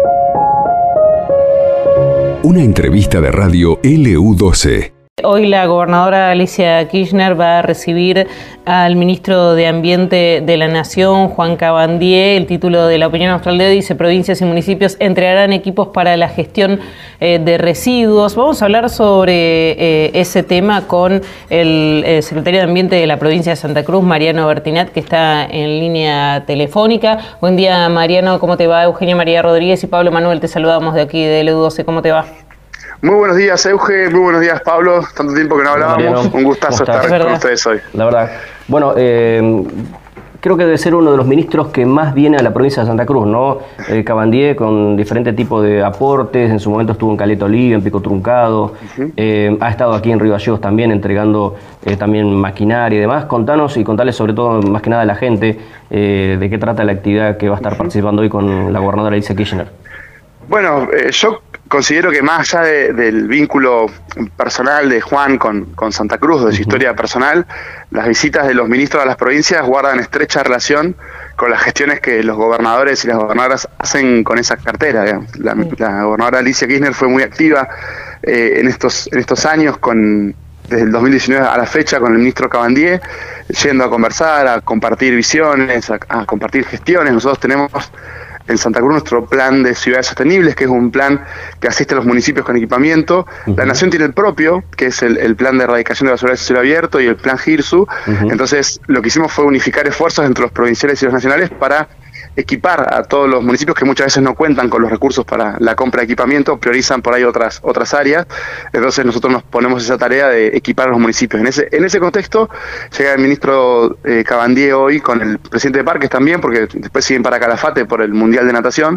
Una entrevista de radio LU12. Hoy la gobernadora Alicia Kirchner va a recibir al ministro de Ambiente de la Nación, Juan Cabandier. El título de la opinión austral de hoy dice: provincias y municipios entregarán equipos para la gestión de residuos. Vamos a hablar sobre ese tema con el secretario de Ambiente de la provincia de Santa Cruz, Mariano Bertinat, que está en línea telefónica. Buen día, Mariano, ¿cómo te va? Eugenia María Rodríguez y Pablo Manuel, te saludamos de aquí de LU12. ¿Cómo te va? Muy buenos días, Euge, muy buenos días, Pablo. Tanto tiempo que no hablábamos, un gustazo estar con ustedes hoy. La verdad. Bueno, creo que debe ser uno de los ministros que más viene a la provincia de Santa Cruz, ¿no? Cabandier, con diferentes tipos de aportes, en su momento estuvo en Caleta Olivia, en Pico Truncado, ha estado aquí en Río Gallegos también entregando también maquinaria y demás. Contanos y contales sobre todo, más que nada a la gente, de qué trata la actividad que va a estar participando hoy con la gobernadora Alicia Kirchner. Bueno, yo considero que más allá del vínculo personal de Juan con Santa Cruz, de su historia personal, las visitas de los ministros a las provincias guardan estrecha relación con las gestiones que los gobernadores y las gobernadoras hacen con esa cartera, digamos. La gobernadora Alicia Kirchner fue muy activa en estos años, desde el 2019 a la fecha, con el ministro Cabandier, yendo a conversar, a compartir visiones, a compartir gestiones. Nosotros tenemos en Santa Cruz nuestro plan de ciudades sostenibles, que es un plan que asiste a los municipios con equipamiento. La Nación tiene el propio, que es el plan de erradicación de basura de cielo abierto y el plan GIRSU. Entonces lo que hicimos fue unificar esfuerzos entre los provinciales y los nacionales para equipar a todos los municipios que muchas veces no cuentan con los recursos para la compra de equipamiento, priorizan por ahí otras áreas. Entonces nosotros nos ponemos esa tarea de equipar a los municipios. En ese contexto llega el ministro Cabandier hoy con el presidente de Parques también, porque después siguen para Calafate por el Mundial de Natación,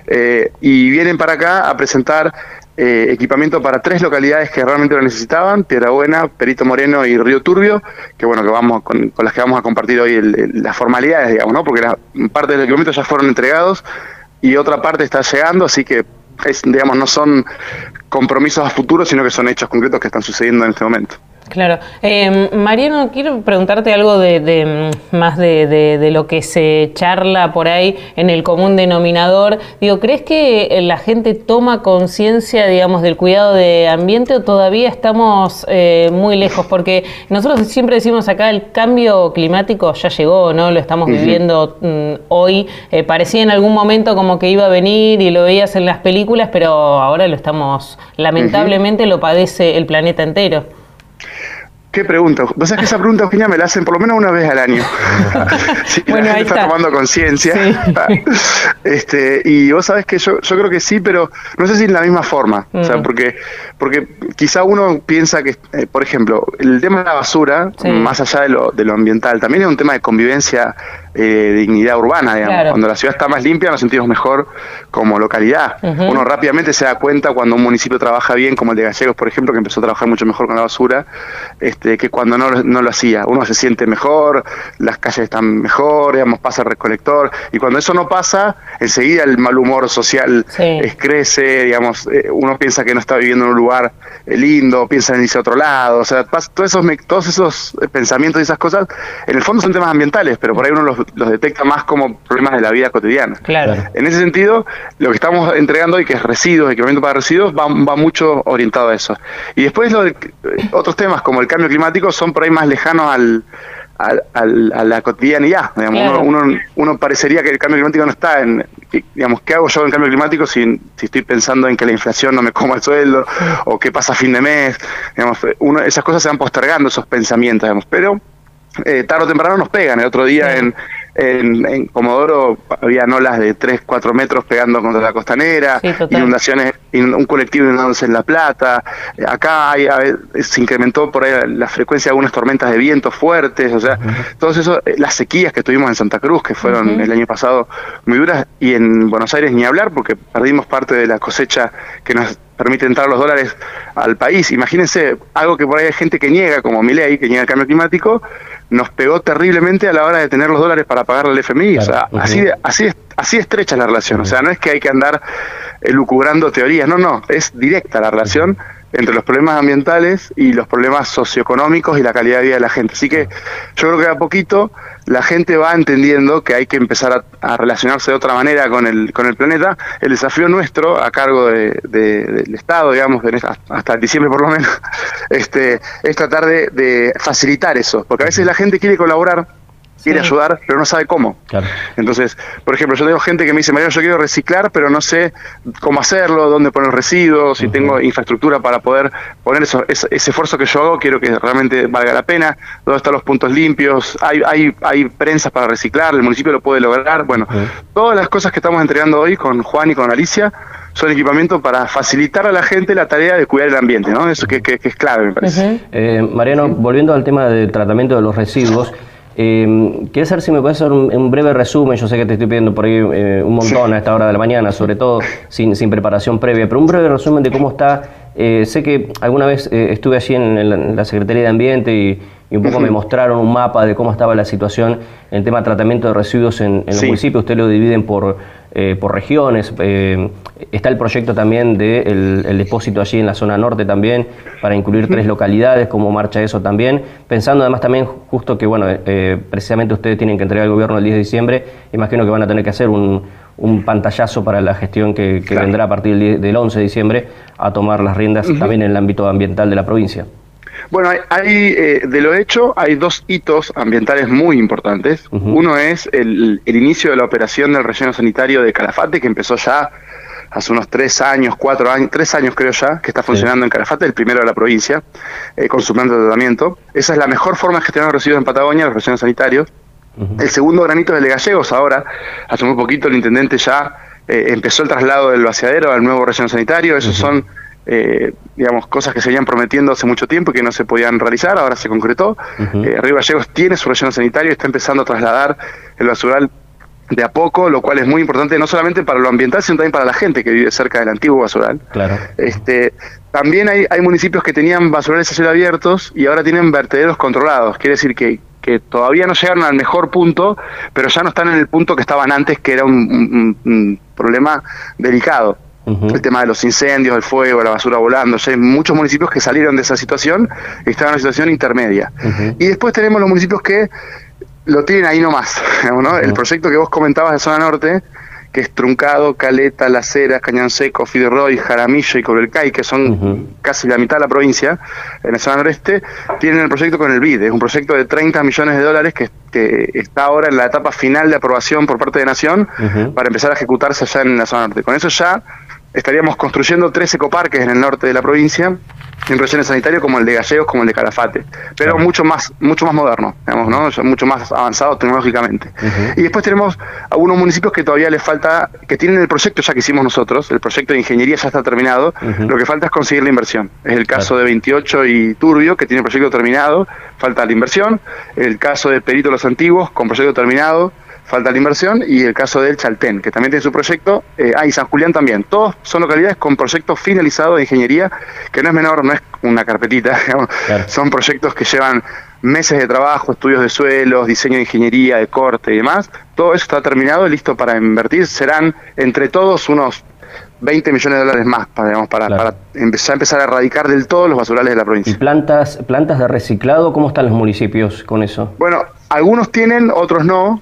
y vienen para acá a presentar equipamiento para 3 localidades que realmente lo necesitaban: Piedrabuena, Perito Moreno y Río Turbio, que bueno, que vamos con las que vamos a compartir hoy las formalidades, digamos, ¿no? Porque parte del equipamiento ya fueron entregados y otra parte está llegando, así que digamos, no son compromisos a futuro, sino que son hechos concretos que están sucediendo en este momento. Claro. Mariano, quiero preguntarte algo más de lo que se charla por ahí en el común denominador. Digo, ¿crees que la gente toma conciencia, digamos, del cuidado de ambiente, o todavía estamos muy lejos? Porque nosotros siempre decimos acá, el cambio climático ya llegó, ¿no? Lo estamos viviendo hoy. Parecía en algún momento como que iba a venir y lo veías en las películas, pero ahora lo estamos, lamentablemente lo padece el planeta entero. ¿Qué pregunta? Vos sabés que esa pregunta, Eugenia, me la hacen por lo menos una vez al año. Sí, bueno, la gente está tomando conciencia. Sí. Y vos sabés que yo creo que sí, pero no sé si en la misma forma. O sea, porque quizá uno piensa que, por ejemplo, el tema de la basura, más allá de lo ambiental, también es un tema de convivencia, de dignidad urbana, digamos. Claro. Cuando la ciudad está más limpia nos sentimos mejor como localidad. Uno rápidamente se da cuenta cuando un municipio trabaja bien, como el de Gallegos, por ejemplo, que empezó a trabajar mucho mejor con la basura, que cuando no lo hacía. Uno se siente mejor, las calles están mejor, digamos, pasa el recolector, y cuando eso no pasa, enseguida el mal humor social crece, digamos, uno piensa que no está viviendo en un lugar lindo, piensa en irse a otro lado, o sea, todos esos pensamientos y esas cosas, en el fondo son temas ambientales, pero por ahí uno los detecta más como problemas de la vida cotidiana. Claro. En ese sentido, lo que estamos entregando hoy, que es residuos, equipamiento para residuos, va mucho orientado a eso. Y después otros temas como el cambio climático son por ahí más lejanos a la cotidianidad, digamos. Claro. Uno parecería que el cambio climático no está digamos, ¿qué hago yo en el cambio climático si estoy pensando en que la inflación no me coma el sueldo, o qué pasa a fin de mes? Digamos, esas cosas se van postergando, esos pensamientos, digamos, pero tarde o temprano nos pegan. El otro día en Comodoro había olas de 3-4 metros pegando contra la costanera, inundaciones, un colectivo inundándose en La Plata. Acá se incrementó por ahí la frecuencia de algunas tormentas de viento fuertes, o sea, todo eso, las sequías que tuvimos en Santa Cruz, que fueron el año pasado muy duras, y en Buenos Aires ni hablar, porque perdimos parte de la cosecha que nos permite entrar los dólares al país. Imagínense, algo que por ahí hay gente que niega, como Milei, que niega el cambio climático, nos pegó terriblemente a la hora de tener los dólares para pagarle al FMI. Claro. O sea, así estrecha la relación. O sea, no es que hay que andar lucubrando teorías, no, es directa la relación. entre los problemas ambientales y los problemas socioeconómicos y la calidad de vida de la gente. Así que yo creo que a poquito la gente va entendiendo que hay que empezar a relacionarse de otra manera con el planeta. El desafío nuestro, a cargo del Estado, digamos, hasta diciembre por lo menos, es tratar de facilitar eso, porque a veces la gente quiere colaborar, quiere ayudar, pero no sabe cómo. Claro. Entonces, por ejemplo, yo tengo gente que me dice, Mariano, yo quiero reciclar, pero no sé cómo hacerlo, dónde poner los residuos, si tengo infraestructura para poder poner ese esfuerzo que yo hago, quiero que realmente valga la pena, dónde están los puntos limpios, hay prensas para reciclar, el municipio lo puede lograr. Bueno, todas las cosas que estamos entregando hoy con Juan y con Alicia son equipamientos para facilitar a la gente la tarea de cuidar el ambiente, ¿no? Eso que es clave, me parece. Mariano, volviendo al tema del tratamiento de los residuos, quería saber si me puedes hacer un breve resumen. Yo sé que te estoy pidiendo por ahí un montón a esta hora de la mañana, sobre todo sin preparación previa, pero un breve resumen de cómo está. Sé que alguna vez estuve allí en la Secretaría de Ambiente y un poco me mostraron un mapa de cómo estaba la situación en el tema de tratamiento de residuos en los municipios. Ustedes lo dividen por regiones. Está el proyecto también del depósito allí en la zona norte también, para incluir 3 localidades. ¿Cómo marcha eso también? Pensando además también justo que, bueno, precisamente ustedes tienen que entregar al gobierno el 10 de diciembre, imagino que van a tener que hacer un pantallazo para la gestión que vendrá a partir del 11 de diciembre a tomar las riendas también en el ámbito ambiental de la provincia. Bueno, de lo hecho hay 2 hitos ambientales muy importantes. Uno es el inicio de la operación del relleno sanitario de Calafate, que empezó ya hace unos 3 años, 4 años, 3 años creo ya, que está funcionando en Calafate, el primero de la provincia, con su planta de tratamiento. Esa es la mejor forma de gestionar los residuos en Patagonia, los rellenos sanitarios. El segundo granito es el de Gallegos. Ahora, hace muy poquito, el intendente ya empezó el traslado del vaciadero al nuevo relleno sanitario. Esos son digamos, cosas que se venían prometiendo hace mucho tiempo y que no se podían realizar, ahora se concretó. Río Gallegos tiene su relleno sanitario y está empezando a trasladar el basural de a poco, lo cual es muy importante no solamente para lo ambiental, sino también para la gente que vive cerca del antiguo basural. Claro. También hay municipios que tenían basurales a cielo abiertos y ahora tienen vertederos controlados. Quiere decir que todavía no llegaron al mejor punto, pero ya no están en el punto que estaban antes, que era un problema delicado. El tema de los incendios, el fuego, la basura volando. Ya hay muchos municipios que salieron de esa situación y están en una situación intermedia. Y después tenemos los municipios que lo tienen ahí nomás, ¿no? El proyecto que vos comentabas de zona norte, que es Truncado, Caleta, Las Heras, Cañón Seco, Fiderroy, Jaramillo y Cobrelcay, que son casi la mitad de la provincia, en la zona noreste, tienen el proyecto con el BID. Es un proyecto de $30 millones que está ahora en la etapa final de aprobación por parte de Nación para empezar a ejecutarse allá en la zona norte. Con eso ya estaríamos construyendo 3 ecoparques en el norte de la provincia, en rellenos sanitarios como el de Gallegos, como el de Calafate, pero mucho más moderno, digamos, ¿no? Mucho más avanzado tecnológicamente. Y después tenemos algunos municipios que todavía les falta, que tienen el proyecto ya que hicimos nosotros, el proyecto de ingeniería ya está terminado, lo que falta es conseguir la inversión. Es el caso de 28 y Turbio, que tiene el proyecto terminado, falta la inversión. El caso de Perito Los Antiguos, con proyecto terminado, falta la inversión, y el caso del Chaltén, que también tiene su proyecto, y San Julián también. Todos son localidades con proyectos finalizados de ingeniería, que no es menor, no es una carpetita, digamos. Son proyectos que llevan meses de trabajo, estudios de suelos, diseño de ingeniería, de corte y demás. Todo eso está terminado y listo para invertir. Serán entre todos unos $20 millones más, para empezar a erradicar del todo los basurales de la provincia. ¿Y plantas de reciclado? ¿Cómo están los municipios con eso? Bueno, algunos tienen, otros no.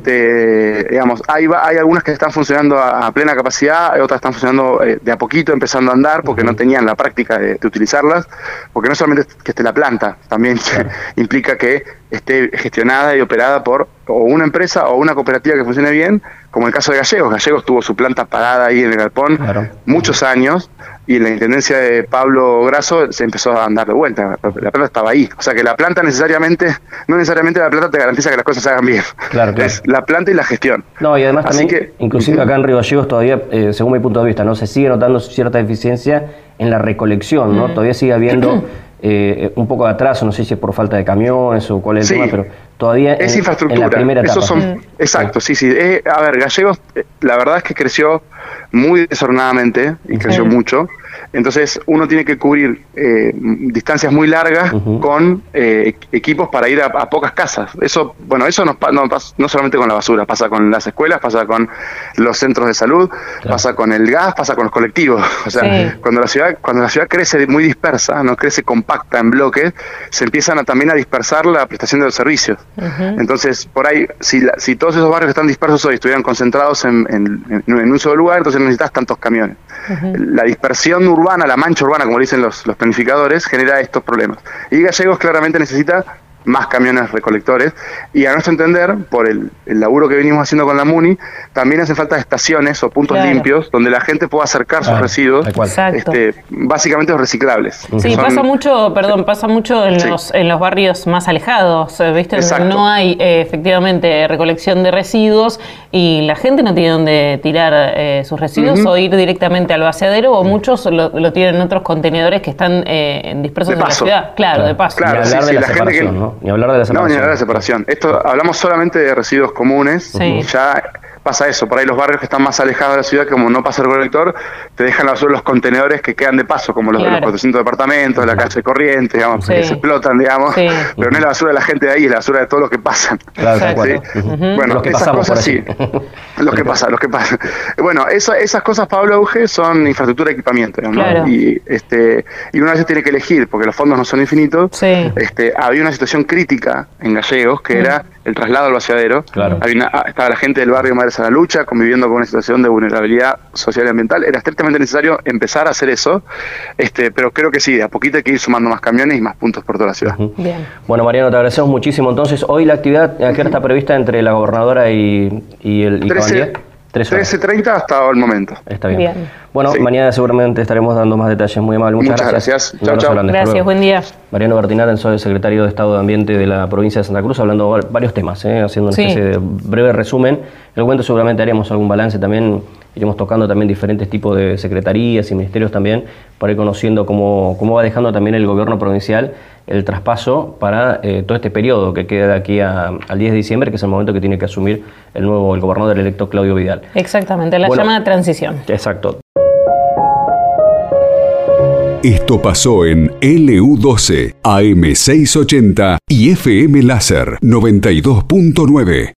Digamos, hay algunas que están funcionando a plena capacidad, otras están funcionando de a poquito, empezando a andar, porque no tenían la práctica de utilizarlas, porque no solamente que esté la planta, también implica que esté gestionada y operada por o una empresa o una cooperativa que funcione bien, como el caso de Gallegos. Gallegos tuvo su planta parada ahí en el galpón muchos años, y en la intendencia de Pablo Grasso se empezó a andar de vuelta. La planta estaba ahí. O sea que la planta no necesariamente la planta te garantiza que las cosas se hagan bien. Es la planta y la gestión. No, y además también, inclusive acá en Río Gallegos todavía, según mi punto de vista, no se sigue notando cierta eficiencia en la recolección, ¿no? Todavía sigue habiendo un poco de atraso, no sé si es por falta de camiones o cuál es el tema, pero todavía es infraestructura. En la primera etapa. Exacto, sí. A ver, Gallegos, la verdad es que creció muy desordenadamente y creció mucho. Entonces uno tiene que cubrir distancias muy largas con equipos para ir a pocas casas. Eso no solamente con la basura, pasa con las escuelas, pasa con los centros de salud, pasa con el gas, pasa con los colectivos. O sea, cuando la ciudad crece muy dispersa, no crece compacta en bloques, se empiezan también a dispersar la prestación de los servicios. Entonces, por ahí, si todos esos barrios que están dispersos hoy estuvieran concentrados en un solo lugar, entonces no necesitas tantos camiones. La dispersión urbana, la mancha urbana, como dicen los planificadores, genera estos problemas. Y Gallegos claramente necesita más camiones recolectores, y a nuestro entender, por el laburo que venimos haciendo con la MUNI, también hacen falta estaciones o puntos limpios donde la gente pueda acercar sus residuos, básicamente los reciclables. Sí, pasa mucho en los barrios más alejados, ¿viste? Donde no hay efectivamente recolección de residuos y la gente no tiene dónde tirar sus residuos o ir directamente al vaciadero, o muchos lo tienen en otros contenedores que están dispersos en la ciudad. Claro, de paso. Claro, la gente que... ¿no? Ni hablar de la separación. No, ni hablar de separación. Esto hablamos solamente de residuos comunes. Ya pasa eso. Por ahí los barrios que están más alejados de la ciudad, como no pasa el recolector, te dejan la basura los contenedores que quedan de paso, como los de los 400 departamentos, de la calle Corrientes, digamos, que se explotan, digamos. Pero no es la basura de la gente de ahí, es la basura de todos los que pasan. Bueno, los que esas cosas sí. Los que pasan. Bueno, esas cosas, Pablo Auge, son infraestructura y equipamiento, digamos, ¿no? Y una vez tiene que elegir, porque los fondos no son infinitos. Había una situación crítica en Gallegos, que era el traslado al vaciadero. Estaba la gente del barrio Madres a la Lucha conviviendo con una situación de vulnerabilidad social y ambiental. Era estrictamente necesario empezar a hacer eso, pero creo que sí, de a poquito hay que ir sumando más camiones y más puntos por toda la ciudad. Bien. Bueno, Mariano, te agradecemos muchísimo. Entonces, hoy la actividad, ¿a qué hora está prevista entre la gobernadora y Cabandier? 13:30 hasta el momento. Está bien. Bueno, mañana seguramente estaremos dando más detalles. Muy amable. Muchas gracias. Chao. Gracias, buen día. Mariano Bertinat, soy el secretario de Estado de Ambiente de la provincia de Santa Cruz, hablando de varios temas, haciendo una especie de breve resumen. El cuento seguramente haremos algún balance también, iremos tocando también diferentes tipos de secretarías y ministerios también, para ir conociendo cómo va dejando también el gobierno provincial el traspaso para todo este periodo que queda de aquí al 10 de diciembre, que es el momento que tiene que asumir el gobernador electo Claudio Vidal. Exactamente, la llamada transición. Exacto. Esto pasó en LU12, AM680 y FM Láser 92.9.